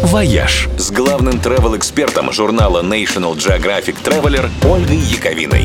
«Вояж» с главным travel-экспертом журнала National Geographic Traveler Ольгой Яковиной.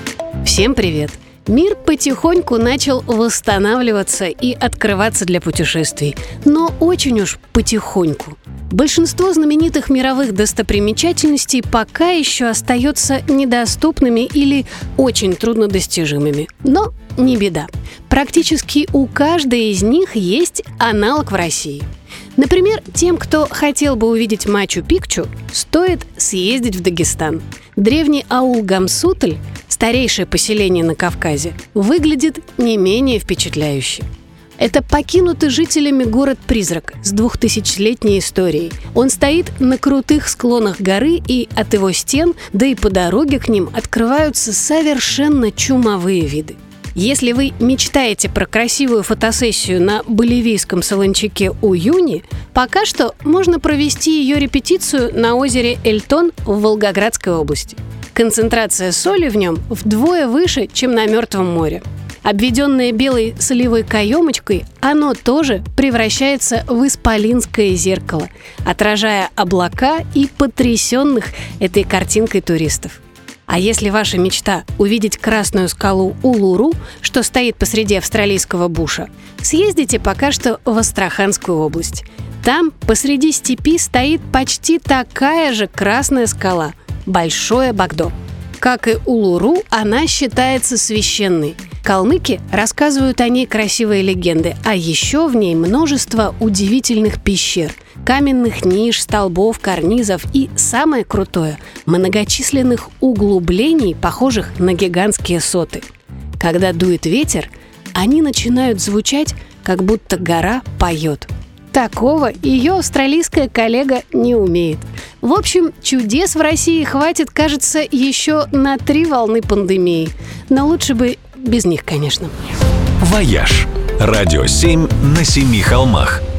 Всем привет! Мир потихоньку начал восстанавливаться и открываться для путешествий, но очень уж потихоньку. Большинство знаменитых мировых достопримечательностей пока еще остается недоступными или очень труднодостижимыми. Но не беда. Практически у каждой из них есть аналог в России. Например, тем, кто хотел бы увидеть Мачу-Пикчу, стоит съездить в Дагестан. Древний аул Гамсутль, старейшее поселение на Кавказе, выглядит не менее впечатляюще. Это покинутый жителями город-призрак с 2000-летней историей. Он стоит на крутых склонах горы, и от его стен, да и по дороге к ним открываются совершенно чумовые виды. Если вы мечтаете про красивую фотосессию на боливийском солончаке Уюни, пока что можно провести ее репетицию на озере Эльтон в Волгоградской области. Концентрация соли в нем вдвое выше, чем на Мертвом море. Обведенное белой солевой каемочкой, оно тоже превращается в исполинское зеркало, отражая облака и потрясенных этой картинкой туристов. А если ваша мечта – увидеть красную скалу Улуру, что стоит посреди австралийского буша, съездите пока что в Астраханскую область. Там посреди степи стоит почти такая же красная скала – Большое Багдо. Как и Улуру, она считается священной. Калмыки рассказывают о ней красивые легенды, а еще в ней множество удивительных пещер, каменных ниш, столбов, карнизов и, самое крутое, многочисленных углублений, похожих на гигантские соты. Когда дует ветер, они начинают звучать, как будто гора поет. Такого ее австралийская коллега не умеет. В общем, чудес в России хватит, кажется, еще на 3 волны пандемии. Но лучше бы без них, конечно. «Вояж» – радио 7 на 7 холмах.